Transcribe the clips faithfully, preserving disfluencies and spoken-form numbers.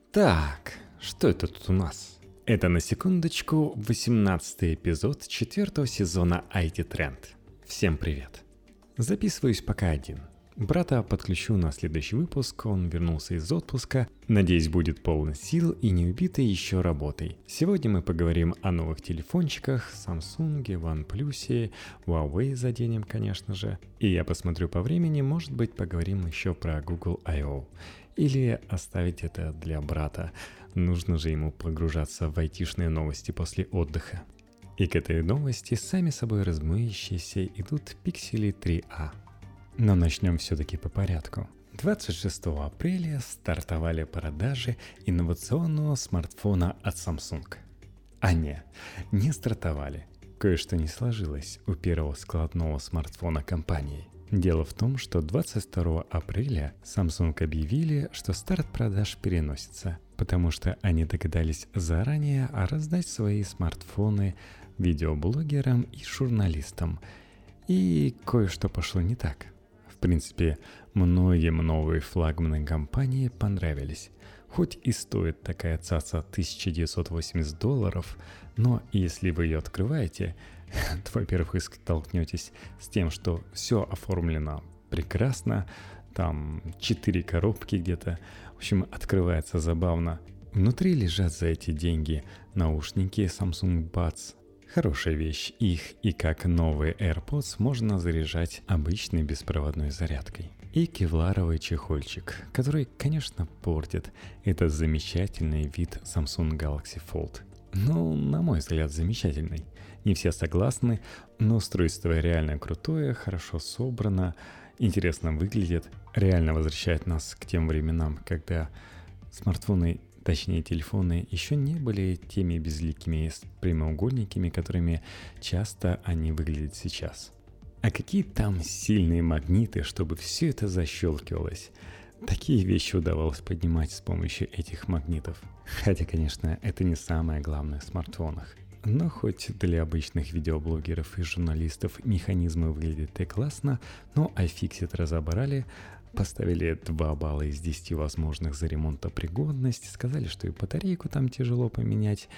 Так, что это тут у нас? Это на секундочку восемнадцатый эпизод четвертого сезона ай ти-Trend. Всем привет. Записываюсь пока один. Брата подключу на следующий выпуск, он вернулся из отпуска. Надеюсь, будет полон сил и не убитый еще работой. Сегодня мы поговорим о новых телефончиках, Samsung, OnePlus, Huawei заденем, конечно же. И я посмотрю по времени, может быть, поговорим еще про Google ай о. Или оставить это для брата. Нужно же ему погружаться в айтишные новости после отдыха. И к этой новости сами собой размыющиеся идут Pixel три а. Но начнем все-таки по порядку. двадцать шестого апреля стартовали продажи инновационного смартфона от Samsung. А не, не стартовали. Кое-что не сложилось у первого складного смартфона компании. Дело в том, что двадцать второго апреля Samsung объявили, что старт продаж переносится, потому что они догадались заранее раздать свои смартфоны видеоблогерам и журналистам. И кое-что пошло не так. В принципе, многим новые флагманы компании понравились. Хоть и стоит такая цаца тысяча девятьсот восемьдесят долларов, но если вы ее открываете, то, во-первых, вы столкнетесь с тем, что все оформлено прекрасно, там четыре коробки где-то, в общем, открывается забавно. Внутри лежат за эти деньги наушники Samsung Buds. Хорошая вещь, их и как новые AirPods можно заряжать обычной беспроводной зарядкой. И кевларовый чехольчик, который, конечно, портит этот замечательный вид Samsung Galaxy Fold. Ну, на мой взгляд, замечательный. Не все согласны, но устройство реально крутое, хорошо собрано, интересно выглядит, реально возвращает нас к тем временам, когда смартфоны, точнее телефоны, еще не были теми безликими прямоугольниками, которыми часто они выглядят сейчас. А какие там сильные магниты, чтобы все это защелкивалось. Такие вещи удавалось поднимать с помощью этих магнитов. Хотя, конечно, это не самое главное в смартфонах. Но хоть для обычных видеоблогеров и журналистов механизмы выглядят и классно, но iFixit разобрали, поставили два балла из десяти возможных за ремонтопригодность, сказали, что и батарейку там тяжело поменять,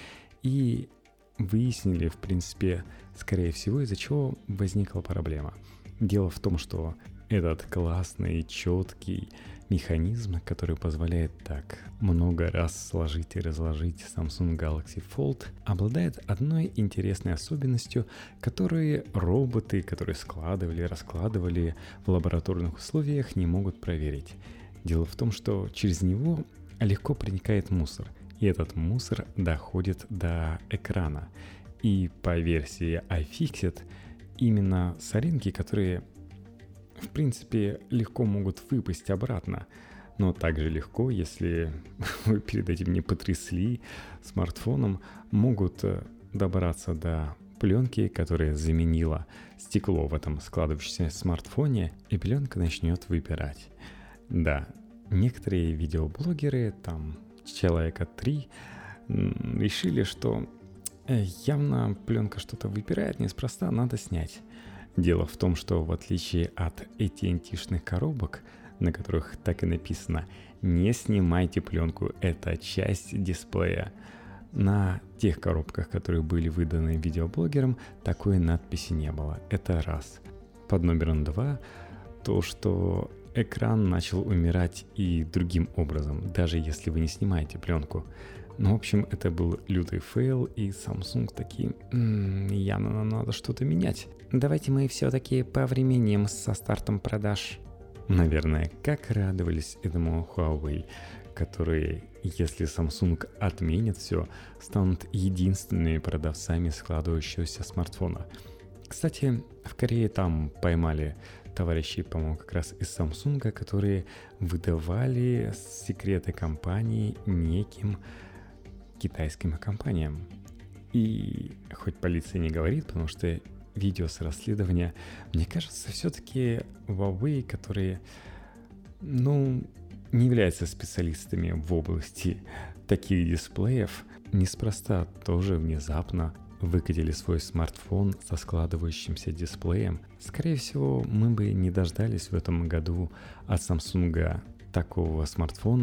и выяснили, в принципе, скорее всего, из-за чего возникла проблема. Дело в том, что этот классный, четкий механизм, который позволяет так много раз сложить и разложить Samsung Galaxy Fold, обладает одной интересной особенностью, которую роботы, которые складывали, раскладывали в лабораторных условиях, не могут проверить. Дело в том, что через него легко проникает мусор, и этот мусор доходит до экрана. И по версии iFixit, именно соринки, которые в принципе, легко могут выпасть обратно, но также легко, если вы перед этим не потрясли смартфоном, могут добраться до пленки, которая заменила стекло в этом складывающемся смартфоне, и пленка начнет выпирать. Да, некоторые видеоблогеры, там человека три, решили, что явно пленка что-то выпирает неспроста, надо снять. Дело в том, что в отличие от эй ти энд ти-шных коробок, на которых так и написано «Не снимайте пленку, это часть дисплея», на тех коробках, которые были выданы видеоблогерам, такой надписи не было. Это раз. Под номером два то, что экран начал умирать и другим образом, даже если вы не снимаете пленку. Ну, в общем, это был лютый фейл, и Samsung такие, м-м, явно надо что-то менять. Давайте мы все-таки повременим со стартом продаж. Наверное, как радовались этому Huawei, которые, если Samsung отменит все, станут единственными продавцами складывающегося смартфона. Кстати, в Корее там поймали товарищей, по-моему, как раз из Samsung, которые выдавали секреты компании неким китайским компаниям. И хоть полиция не говорит, потому что видео с расследования, мне кажется, все-таки Huawei, которые, ну, не являются специалистами в области таких дисплеев, неспроста тоже внезапно выкатили свой смартфон со складывающимся дисплеем. Скорее всего, мы бы не дождались в этом году от Samsung такого смартфона,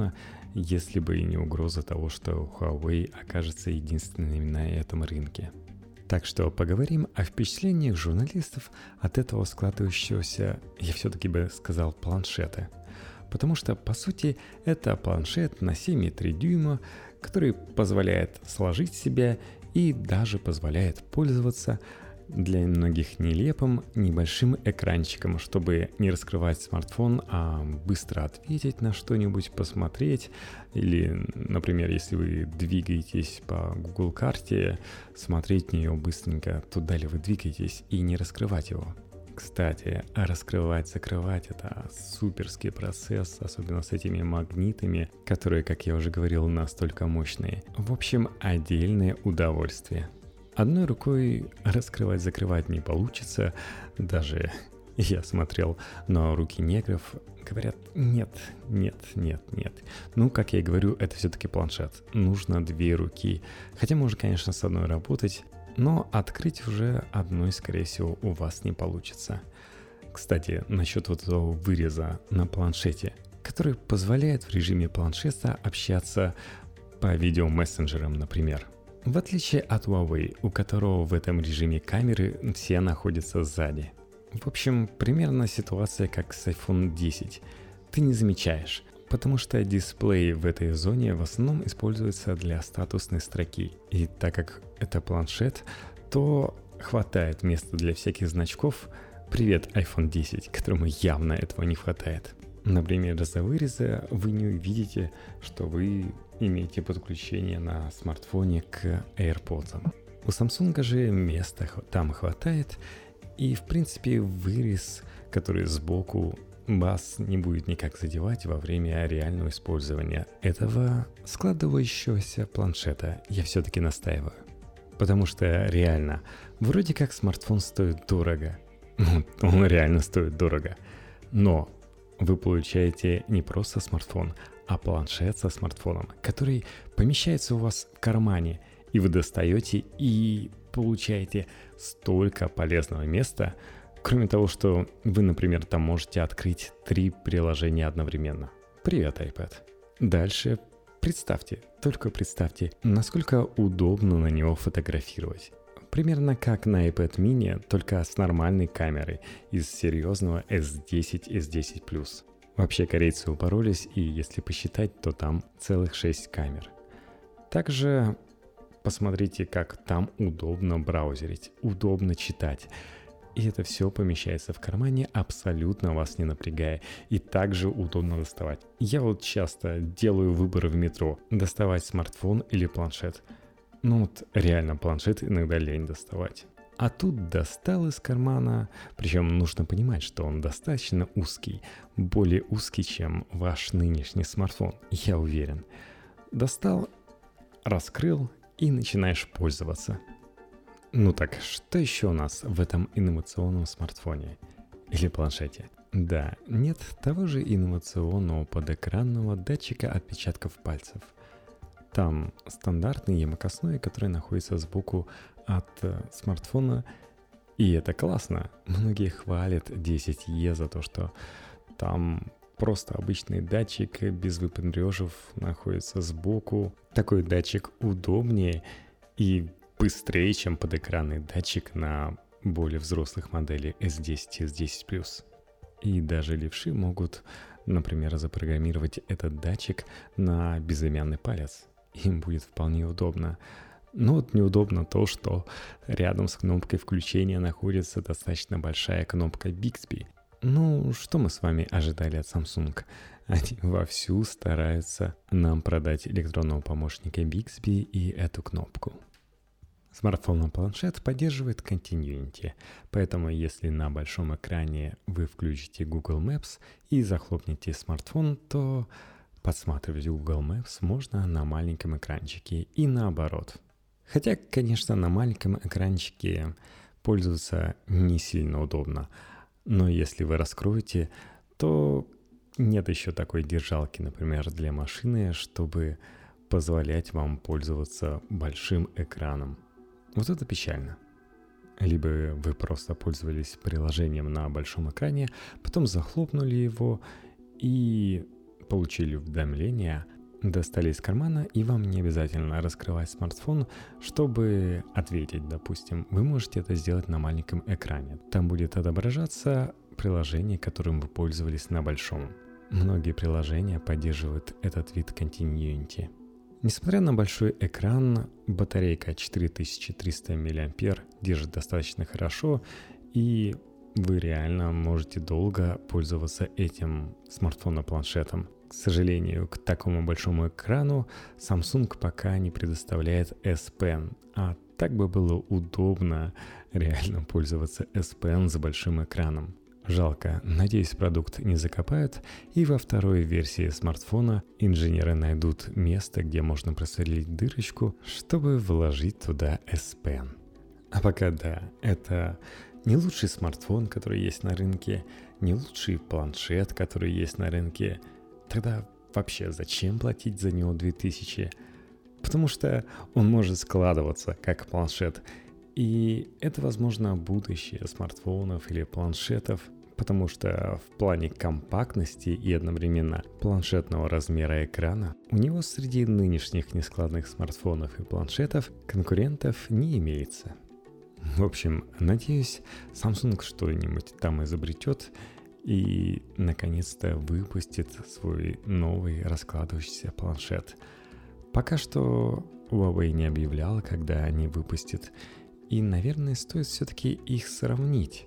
если бы не угроза того, что Huawei окажется единственным на этом рынке. Так что поговорим о впечатлениях журналистов от этого складывающегося, я все-таки бы сказал, планшета. Потому что, по сути, это планшет на семь и три дюйма, который позволяет сложить себя и даже позволяет пользоваться для многих нелепым небольшим экранчиком, чтобы не раскрывать смартфон, а быстро ответить на что-нибудь, посмотреть. Или, например, если вы двигаетесь по Google карте, смотреть в нее быстренько, туда ли вы двигаетесь, и не раскрывать его. Кстати, а раскрывать, закрывать — это суперский процесс, особенно с этими магнитами, которые, как я уже говорил, настолько мощные. В общем, отдельное удовольствие. Одной рукой раскрывать-закрывать не получится. Даже я смотрел на руки негров, говорят, нет, нет, нет, нет. Ну, как я и говорю, это все-таки планшет. Нужно две руки. Хотя можно, конечно, с одной работать, но открыть уже одной, скорее всего, у вас не получится. Кстати, насчет вот этого выреза на планшете, который позволяет в режиме планшета общаться по видеомессенджерам, например. В отличие от Huawei, у которого в этом режиме камеры все находятся сзади. В общем, примерно ситуация как с айфон десять. Ты не замечаешь, потому что дисплей в этой зоне в основном используется для статусной строки. И так как это планшет, то хватает места для всяких значков «Привет, айфон десять», которому явно этого не хватает. Например, из-за выреза вы не увидите, что вы имеете подключение на смартфоне к AirPods. У Samsung же места там хватает, и в принципе вырез, который сбоку, вас не будет никак задевать во время реального использования этого складывающегося планшета. Я все-таки настаиваю. Потому что реально, вроде как смартфон стоит дорого. Ну, он реально стоит дорого. Но вы получаете не просто смартфон, а планшет со смартфоном, который помещается у вас в кармане, и вы достаете и получаете столько полезного места, кроме того, что вы, например, там можете открыть три приложения одновременно. Привет, iPad. Дальше представьте, только представьте, насколько удобно на него фотографировать. Примерно как на iPad mini, только с нормальной камерой из серьезного эс десять, эс десять плюс. Вообще корейцы упоролись, и если посчитать, то там целых шесть камер. Также посмотрите, как там удобно браузерить, удобно читать. И это все помещается в кармане, абсолютно вас не напрягая. И также удобно доставать. Я вот часто делаю выборы в метро, доставать смартфон или планшет. Ну вот реально планшет иногда лень доставать. А тут достал из кармана, причем нужно понимать, что он достаточно узкий, более узкий, чем ваш нынешний смартфон, я уверен. Достал, раскрыл и начинаешь пользоваться. Ну так, что еще у нас в этом инновационном смартфоне или планшете? Да, нет того же инновационного подэкранного датчика отпечатков пальцев. Там стандартный ямокосной, который находится сбоку от э, смартфона, и это классно. Многие хвалят десять и за то, что там просто обычный датчик без выпендрежев находится сбоку. Такой датчик удобнее и быстрее, чем подэкранный датчик на более взрослых моделей эс десять и эс десять плюс. И даже левши могут, например, запрограммировать этот датчик на безымянный палец. Им будет вполне удобно. Но вот неудобно то, что рядом с кнопкой включения находится достаточно большая кнопка Bixby. Ну, что мы с вами ожидали от Samsung? Они вовсю стараются нам продать электронного помощника Bixby и эту кнопку. Смартфон-планшет поддерживает Continuity, поэтому если на большом экране вы включите Google Maps и захлопнете смартфон, то подсматривать Google Maps можно на маленьком экранчике и наоборот. Хотя, конечно, на маленьком экранчике пользоваться не сильно удобно, но если вы раскроете, то нет еще такой держалки, например, для машины, чтобы позволять вам пользоваться большим экраном. Вот это печально. Либо вы просто пользовались приложением на большом экране, потом захлопнули его и получили уведомление достали из кармана, и вам не обязательно раскрывать смартфон, чтобы ответить, допустим. Вы можете это сделать на маленьком экране. Там будет отображаться приложение, которым вы пользовались на большом. Многие приложения поддерживают этот вид Continuity. Несмотря на большой экран, батарейка четыре тысячи триста миллиампер держит достаточно хорошо, и вы реально можете долго пользоваться этим смартфоном-планшетом. К сожалению, к такому большому экрану Samsung пока не предоставляет S Pen, а так бы было удобно реально пользоваться S Pen с большим экраном. Жалко, надеюсь, продукт не закопают, и во второй версии смартфона инженеры найдут место, где можно просверлить дырочку, чтобы вложить туда S Pen. А пока да, это не лучший смартфон, который есть на рынке, не лучший планшет, который есть на рынке. Тогда вообще зачем платить за него две тысячи? Потому что он может складываться как планшет. И это, возможно, будущее смартфонов или планшетов, потому что в плане компактности и одновременно планшетного размера экрана у него среди нынешних нескладных смартфонов и планшетов конкурентов не имеется. В общем, надеюсь, Samsung что-нибудь там изобретет и наконец-то выпустит свой новый раскладывающийся планшет. Пока что Huawei не объявлял, когда они выпустят, и, наверное, стоит все-таки их сравнить.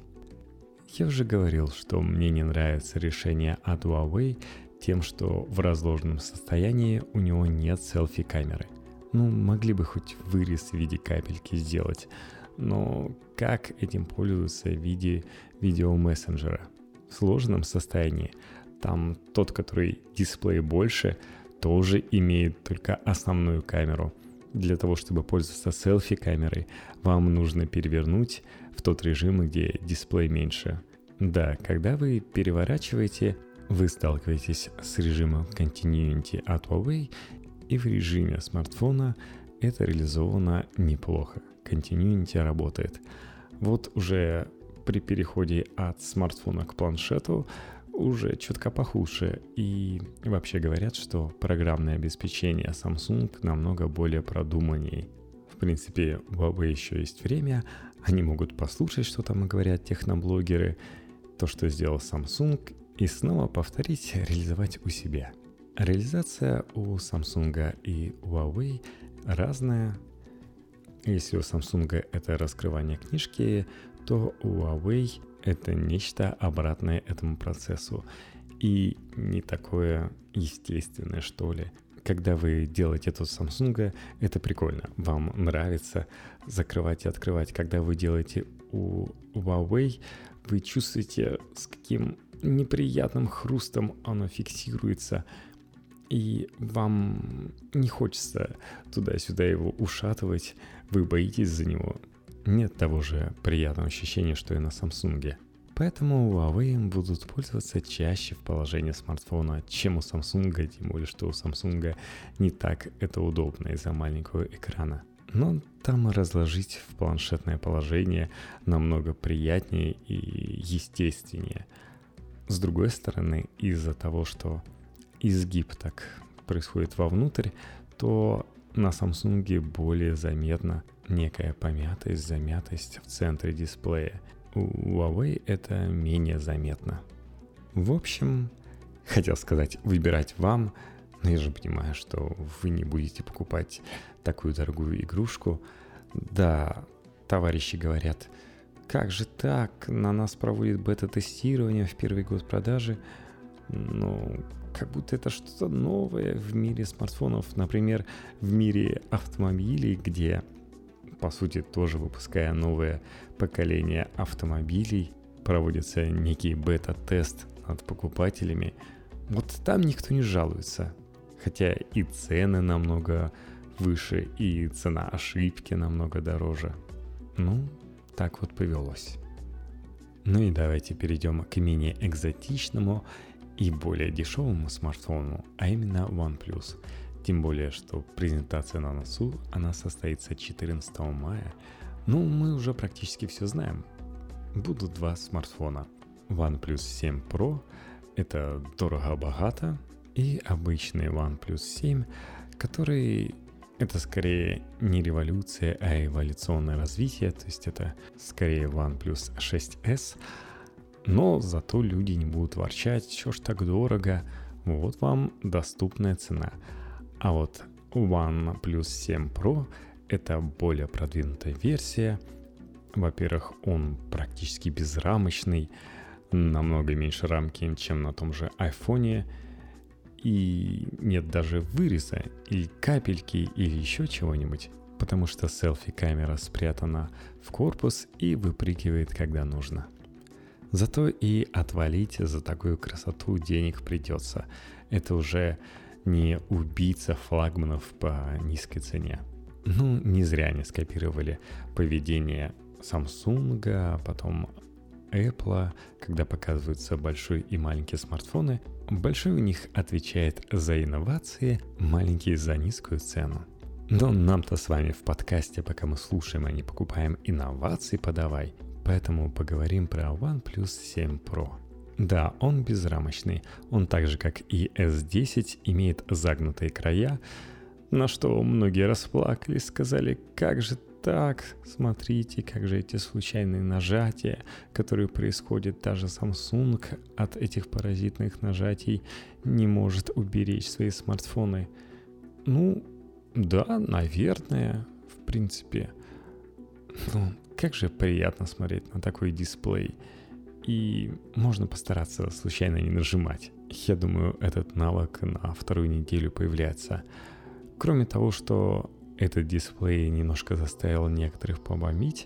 Я уже говорил, что мне не нравится решение от Huawei тем, что в разложенном состоянии у него нет селфи-камеры. Ну, могли бы хоть вырез в виде капельки сделать, но как этим пользоваться в виде видеомессенджера? В сложном состоянии там тот, который дисплей больше, тоже имеет только основную камеру. Для того, чтобы пользоваться селфи-камерой, вам нужно перевернуть в тот режим, где дисплей меньше. Да, когда вы переворачиваете, вы сталкиваетесь с режимом Continuity от Huawei, и в режиме смартфона это реализовано неплохо. Continuity работает. Вот уже при переходе от смартфона к планшету уже чутка похуже. И вообще говорят, что программное обеспечение Samsung намного более продуманней. В принципе, у Huawei еще есть время. Они могут послушать, что там говорят техноблогеры, то, что сделал Samsung, и снова повторить, реализовать у себя. Реализация у Samsung и Huawei разная. Если у Samsung это раскрывание книжки, то у Huawei это нечто обратное этому процессу. И не такое естественное, что ли. Когда вы делаете это у Samsung, это прикольно. Вам нравится закрывать и открывать. Когда вы делаете у Huawei, вы чувствуете, с каким неприятным хрустом оно фиксируется. И вам не хочется туда-сюда его ушатывать, вы боитесь за него. Нет того же приятного ощущения, что и на Samsung. Поэтому Huawei будут пользоваться чаще в положении смартфона, чем у Samsung, тем более, что у Samsung не так это удобно из-за маленького экрана. Но там разложить в планшетное положение намного приятнее и естественнее. С другой стороны, из-за того, что изгиб так происходит вовнутрь, то на Samsung более заметна некая помятость, замятость в центре дисплея. У Huawei это менее заметно. В общем, хотел сказать, выбирать вам, но я же понимаю, что вы не будете покупать такую дорогую игрушку. Да, товарищи говорят, как же так, на нас проводит бета-тестирование в первый год продажи. Ну, как будто это что-то новое в мире смартфонов, например, в мире автомобилей, где, по сути, тоже выпуская новое поколение автомобилей, проводится некий бета-тест над покупателями. Вот там никто не жалуется. Хотя и цены намного выше, и цена ошибки намного дороже. Ну, так вот повелось. Ну и давайте перейдем к менее экзотичному и более дешевому смартфону, а именно OnePlus. Тем более, что презентация на носу, она состоится четырнадцатого мая. Ну, мы уже практически все знаем. Будут два смартфона. OnePlus семь Pro – это дорого-богато, и обычный OnePlus семь, который это скорее не революция, а эволюционное развитие, то есть это скорее OnePlus шесть эс, но зато люди не будут ворчать, чё ж так дорого, вот вам доступная цена. А вот OnePlus семь Pro — это более продвинутая версия. Во-первых, он практически безрамочный, намного меньше рамки, чем на том же айфоне, и нет даже выреза или капельки или еще чего-нибудь, потому что селфи-камера спрятана в корпус и выпрыгивает, когда нужно. Зато и отвалить за такую красоту денег придется. Это уже не убийца флагманов по низкой цене. Ну, не зря они скопировали поведение Samsung, а потом Apple, когда показываются большой и маленькие смартфоны. Большой у них отвечает за инновации, маленький за низкую цену. Но нам-то с вами в подкасте, пока мы слушаем, а не покупаем, инновации подавай. Поэтому поговорим про OnePlus семь Pro. Да, он безрамочный. Он так же, как и эс десять, имеет загнутые края, на что многие расплакались, сказали, как же так, смотрите, как же эти случайные нажатия, которые происходят, даже Samsung от этих паразитных нажатий не может уберечь свои смартфоны. Ну, да, наверное, в принципе. Ну, как же приятно смотреть на такой дисплей. И можно постараться случайно не нажимать. Я думаю, этот навык на вторую неделю появляется. Кроме того, что этот дисплей немножко заставил некоторых побомбить,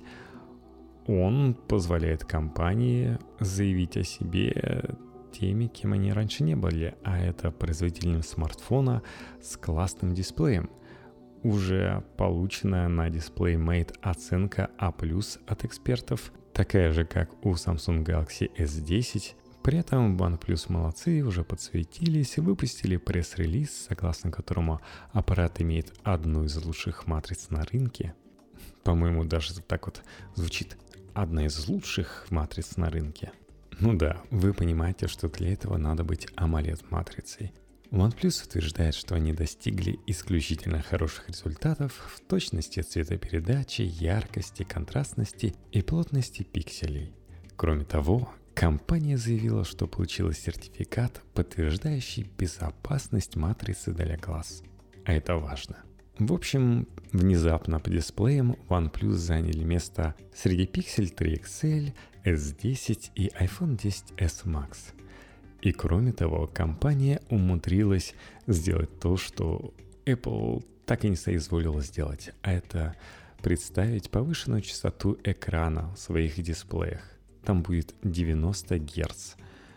он позволяет компании заявить о себе теми, кем они раньше не были, а это производителем смартфона с классным дисплеем. Уже полученная на DisplayMate оценка А плюс от экспертов, такая же, как у Samsung Galaxy эс десять. При этом OnePlus молодцы, уже подсветились и выпустили пресс-релиз, согласно которому аппарат имеет одну из лучших матриц на рынке. По-моему, даже так вот звучит: одна из лучших матриц на рынке. Ну да, вы понимаете, что для этого надо быть AMOLED-матрицей. OnePlus утверждает, что они достигли исключительно хороших результатов в точности цветопередачи, яркости, контрастности и плотности пикселей. Кроме того, компания заявила, что получила сертификат, подтверждающий безопасность матрицы для глаз. А это важно. В общем, внезапно по дисплеям OnePlus заняли место среди Pixel три икс эль, эс десять и iPhone десять эс Max. И кроме того, компания умудрилась сделать то, что Apple так и не соизволила сделать, а это представить повышенную частоту экрана в своих дисплеях. Там будет девяносто герц.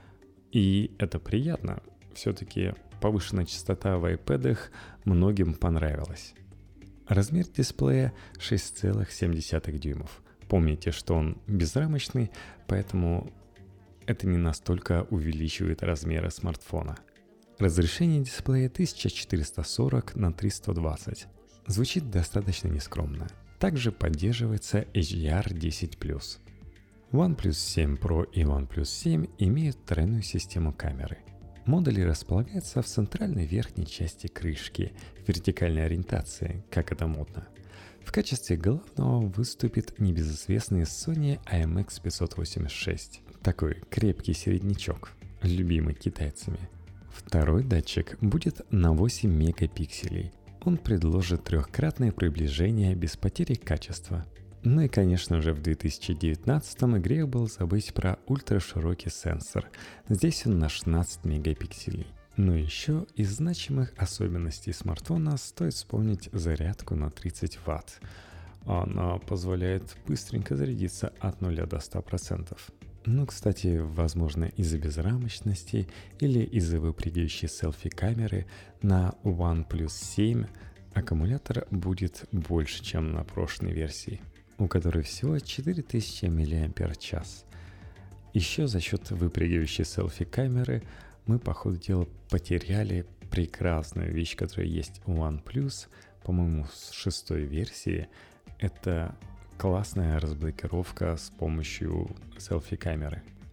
И это приятно. Все-таки повышенная частота в iPad'ах многим понравилась. Размер дисплея шесть целых семь десятых дюймов. Помните, что он безрамочный, поэтому это не настолько увеличивает размеры смартфона. Разрешение дисплея тысяча четыреста сорок на триста двадцать. Звучит достаточно нескромно. Также поддерживается эйч ди ар десять плюс. OnePlus семь Pro и OnePlus семь имеют тройную систему камеры. Модули располагаются в центральной верхней части крышки, вертикальной ориентации, как это модно. В качестве главного выступит небезызвестный Sony ай эм икс пятьсот восемьдесят шесть. Такой крепкий середнячок, любимый китайцами. Второй датчик будет на восемь мегапикселей. Он предложит трехкратное приближение без потери качества. Ну и, конечно же, в две тысячи девятнадцатом грех был забыть про ультраширокий сенсор. Здесь он на шестнадцать мегапикселей. Но еще из значимых особенностей смартфона стоит вспомнить зарядку на тридцать ватт. Она позволяет быстренько зарядиться от нуля до ста процентов. Ну, кстати, возможно, из-за безрамочности или из-за выпрыгающей селфи-камеры на OnePlus семь аккумулятор будет больше, чем на прошлой версии, у которой всего четыре тысячи мАч. Еще за счет выпрыгивающей селфи-камеры мы, по ходу дела, потеряли прекрасную вещь, которая есть у OnePlus, по-моему, с шестой версии. Это классная разблокировка с помощью селфи-камеры.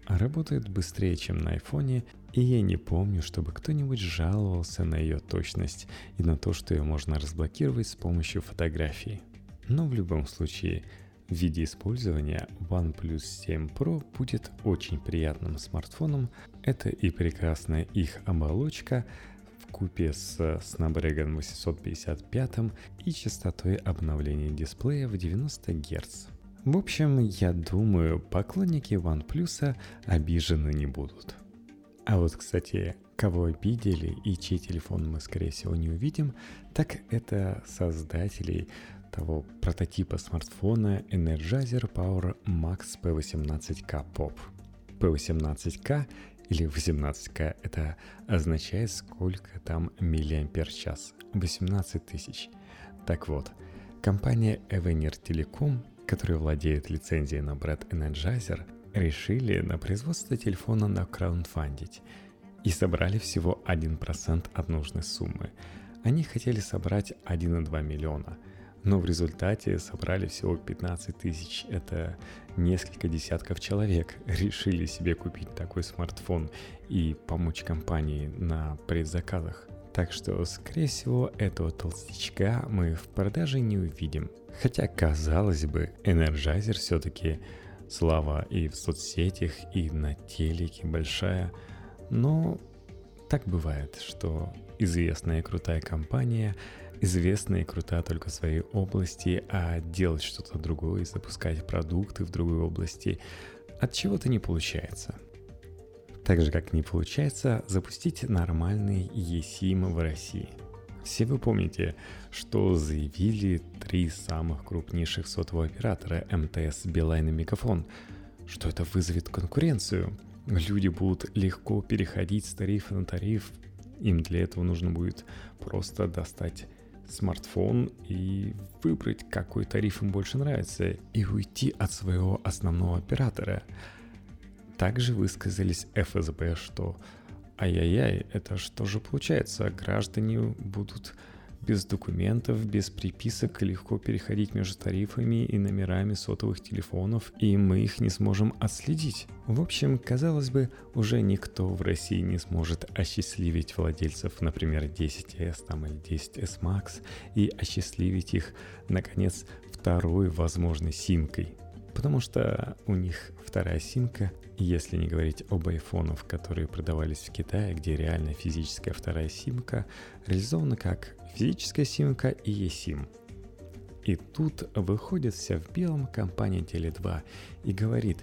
работает быстрее, чем на айфоне, и я не помню, чтобы кто-нибудь жаловался на ее точность и на то, что ее можно разблокировать с помощью фотографий. Но в любом случае, в виде использования OnePlus семь Pro будет очень приятным смартфоном. Это и прекрасная их оболочка вкупе с Snapdragon восемьсот пятьдесят пять и частотой обновления дисплея в девяносто герц. В общем, я думаю, поклонники OnePlus обижены не будут. А вот, кстати, кого обидели и чей телефон мы, скорее всего, не увидим, так это создателей того прототипа смартфона Energizer Power Max пи восемнадцать кей Pop. пи восемнадцать кей или восемнадцать кей — это означает, сколько там миллиампер-час. восемнадцать тысяч. Так вот, компания Evenir Telecom, которая владеет лицензией на бренд Energizer, решили на производство телефона накраудфандить и собрали всего один процент от нужной суммы. Они хотели собрать один целых два миллиона, но в результате собрали всего пятнадцать тысяч. Это несколько десятков человек решили себе купить такой смартфон и помочь компании на предзаказах. Так что, скорее всего, этого толстячка мы в продаже не увидим. Хотя, казалось бы, Energizer все-таки слава и в соцсетях, и на телеке большая. Но так бывает, что известная и крутая компания, известная и крутая только в своей области, а делать что-то другое и запускать продукты в другой области от чего-то не получается. Так же, как не получается запустить нормальный eSIM в России. Все вы помните, что заявили три самых крупнейших сотовых оператора эм тэ эс, Билайн и Мегафон, что это вызовет конкуренцию. Люди будут легко переходить с тарифа на тариф. Им для этого нужно будет просто достать смартфон и выбрать, какой тариф им больше нравится, и уйти от своего основного оператора. Также высказались эф эс бэ, что ай-яй-яй, это что же получается? Граждане будут без документов, без приписок легко переходить между тарифами и номерами сотовых телефонов, и мы их не сможем отследить. В общем, казалось бы, уже никто в России не сможет осчастливить владельцев, например, десять эс там, или десять эс Max, и осчастливить их, наконец, второй возможной симкой. Потому что у них вторая симка, если не говорить об айфонах, которые продавались в Китае, где реально физическая вторая симка, реализована как физическая симка и eSIM. И тут выходит вся в белом компания теле два и говорит: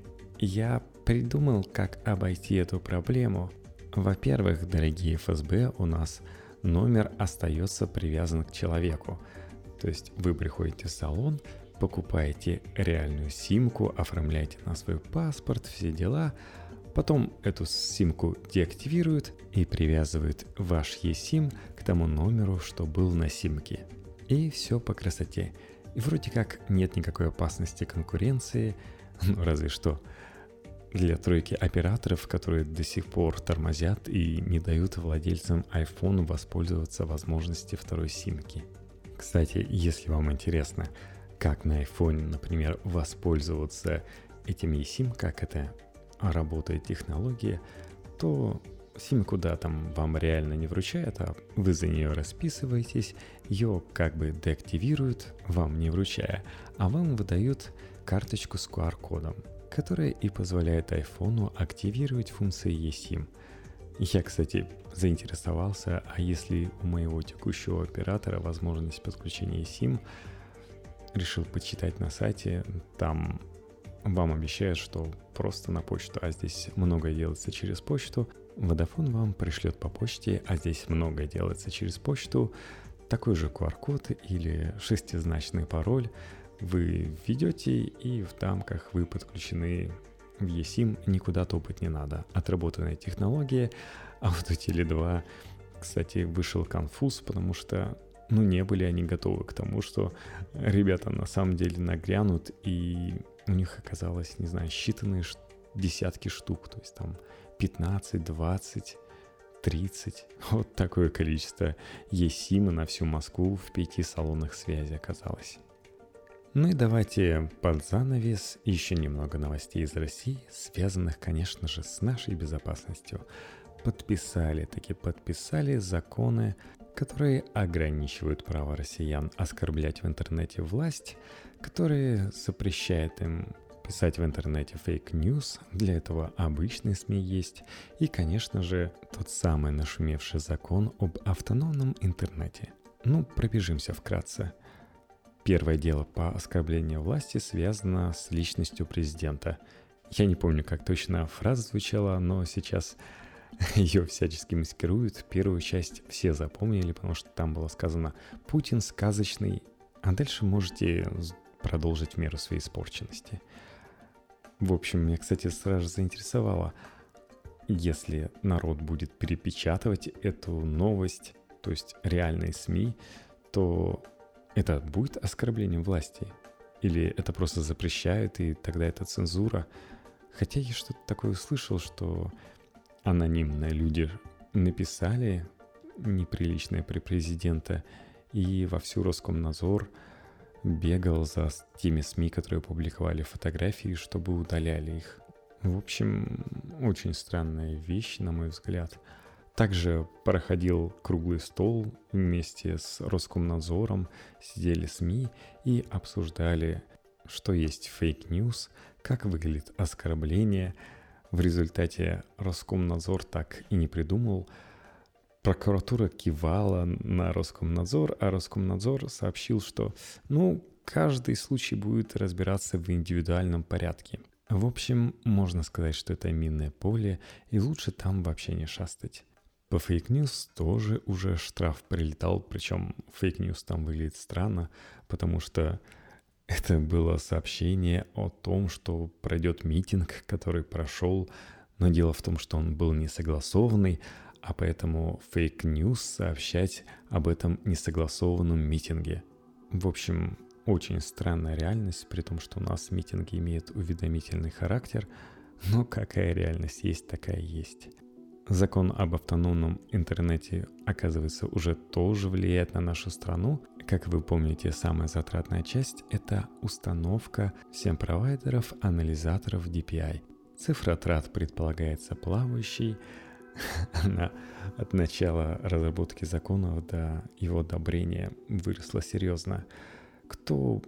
я придумал, как обойти эту проблему. Во-первых, дорогие эф эс бэ, у нас номер остается привязан к человеку. То есть вы приходите в салон, покупаете реальную симку, оформляете на свой паспорт, все дела. Потом эту симку деактивируют и привязывают ваш eSIM к тому номеру, что был на симке. И все по красоте. И вроде как нет никакой опасности конкуренции, ну разве что для тройки операторов, которые до сих пор тормозят и не дают владельцам iPhone воспользоваться возможностью второй симки. Кстати, если вам интересно, как на iPhone, например, воспользоваться этим eSIM, как это работает технология, то симку, да, там вам реально не вручают, а вы за нее расписываетесь, ее как бы деактивируют, вам не вручая, а вам выдают карточку с ку ар-кодом, которая и позволяет iPhone активировать функции eSIM. Я, кстати, заинтересовался, а если у моего текущего оператора возможность подключения eSIM, решил почитать на сайте, там вам обещают, что просто на почту, а здесь многое делается через почту. Vodafone вам пришлет по почте, а здесь многое делается через почту. Такой же ку ар-код или шестизначный пароль вы введете, и в тамках вы подключены в eSIM, никуда топать не надо. Отработанная технология. А вот у теле два, кстати, вышел конфуз, потому что ну, не были они готовы к тому, что ребята на самом деле нагрянут, и у них оказалось, не знаю, считанные ш- десятки штук, то есть там пятнадцать, двадцать, тридцать, вот такое количество eSIM на всю Москву в пяти салонах связи оказалось. Ну и давайте под занавес еще немного новостей из России, связанных, конечно же, с нашей безопасностью. Подписали, таки подписали законы, которые ограничивают право россиян оскорблять в интернете власть, которые запрещают им писать в интернете фейк-ньюс, для этого обычные СМИ есть, и, конечно же, тот самый нашумевший закон об автономном интернете. Ну, пробежимся вкратце. Первое дело по оскорблению власти связано с личностью президента. Я не помню, как точно фраза звучала, но сейчас ее всячески маскируют. Первую часть все запомнили, потому что там было сказано «Путин сказочный», а дальше можете продолжить в меру своей испорченности. В общем, меня, кстати, сразу заинтересовало, если народ будет перепечатывать эту новость, то есть реальные СМИ, то это будет оскорблением власти? Или это просто запрещают, и тогда это цензура? Хотя я что-то такое услышал, что анонимные люди написали неприличное при президента, и вовсю Роскомнадзор бегал за теми СМИ, которые публиковали фотографии, чтобы удаляли их. В общем, очень странная вещь, на мой взгляд. Также проходил круглый стол вместе с Роскомнадзором, сидели СМИ и обсуждали, что есть фейк-ньюс, как выглядит оскорбление. В результате Роскомнадзор так и не придумал. Прокуратура кивала на Роскомнадзор, а Роскомнадзор сообщил, что, ну, каждый случай будет разбираться в индивидуальном порядке. В общем, можно сказать, что это минное поле, и лучше там вообще не шастать. По фейк-ньюс тоже уже штраф прилетал, причем фейк-ньюс там выглядит странно, потому что это было сообщение о том, что пройдет митинг, который прошел, но дело в том, что он был несогласованный, а поэтому фейк-ньюс сообщать об этом несогласованном митинге. В общем, очень странная реальность, при том, что у нас митинги имеют уведомительный характер, но какая реальность есть, такая есть. Закон об автономном интернете, оказывается, уже тоже влияет на нашу страну. Как вы помните, самая затратная часть – это установка всем провайдеров анализаторов ди пи ай. Цифра трат предполагается плавающей. Она от начала разработки закона до его одобрения выросла серьезно. Кто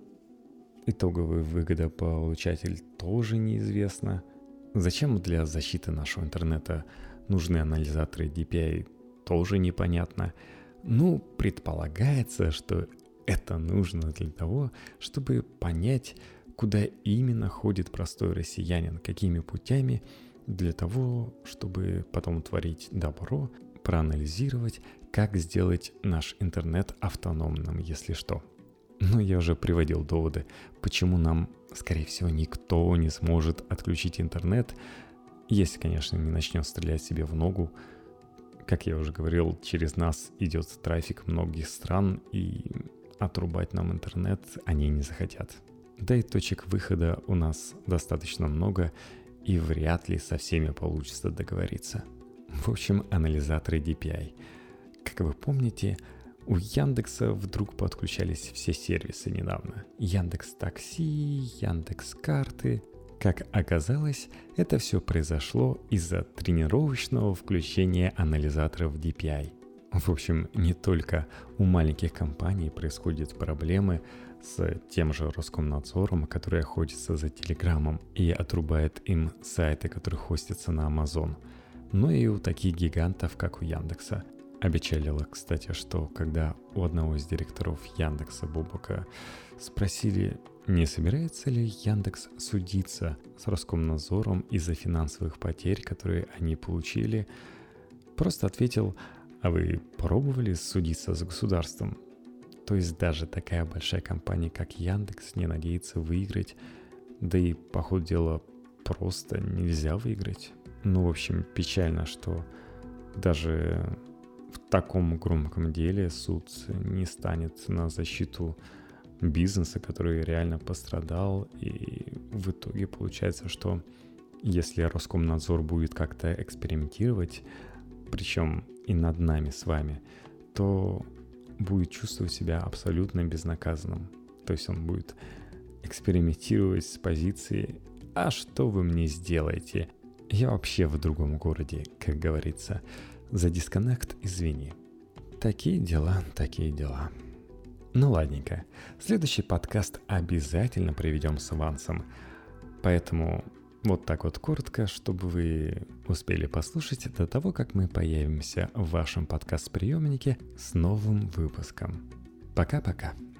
итоговый выгодополучатель, тоже неизвестно. Зачем для защиты нашего интернета нужны анализаторы ди пи ай, тоже непонятно. Ну, предполагается, что это нужно для того, чтобы понять, куда именно ходит простой россиянин, какими путями, для того, чтобы потом творить добро, проанализировать, как сделать наш интернет автономным, если что. Но я уже приводил доводы, почему нам, скорее всего, никто не сможет отключить интернет, если, конечно, не начнет стрелять себе в ногу. Как я уже говорил, через нас идет трафик многих стран, и отрубать нам интернет они не захотят. Да и точек выхода у нас достаточно много, и вряд ли со всеми получится договориться. В общем, анализаторы ди пи ай. Как вы помните, у Яндекса вдруг подключались все сервисы недавно. Яндекс.Такси, Яндекс.Карты. Как оказалось, это все произошло из-за тренировочного включения анализаторов ди пи ай. В общем, не только у маленьких компаний происходят проблемы с тем же Роскомнадзором, который охотится за Телеграмом и отрубает им сайты, которые хостятся на Amazon, но и у таких гигантов, как у Яндекса. Опечалило, кстати, что когда у одного из директоров Яндекса, Бобука, спросили, не собирается ли Яндекс судиться с Роскомнадзором из-за финансовых потерь, которые они получили, просто ответил: а вы пробовали судиться с государством? То есть даже такая большая компания, как Яндекс, не надеется выиграть, да и, по ходу дела, просто нельзя выиграть. Ну, в общем, печально, что даже в таком громком деле суд не станет на защиту бизнеса, который реально пострадал, и в итоге получается, что если Роскомнадзор будет как-то экспериментировать, причем и над нами с вами, то будет чувствовать себя абсолютно безнаказанным. То есть он будет экспериментировать с позиции «А что вы мне сделаете? Я вообще в другом городе», как говорится. За дисконнект извини. Такие дела, такие дела. Ну ладненько. Следующий подкаст обязательно проведем с авансом. Поэтому вот так вот коротко, чтобы вы успели послушать до того, как мы появимся в вашем подкаст-приемнике с новым выпуском. Пока-пока.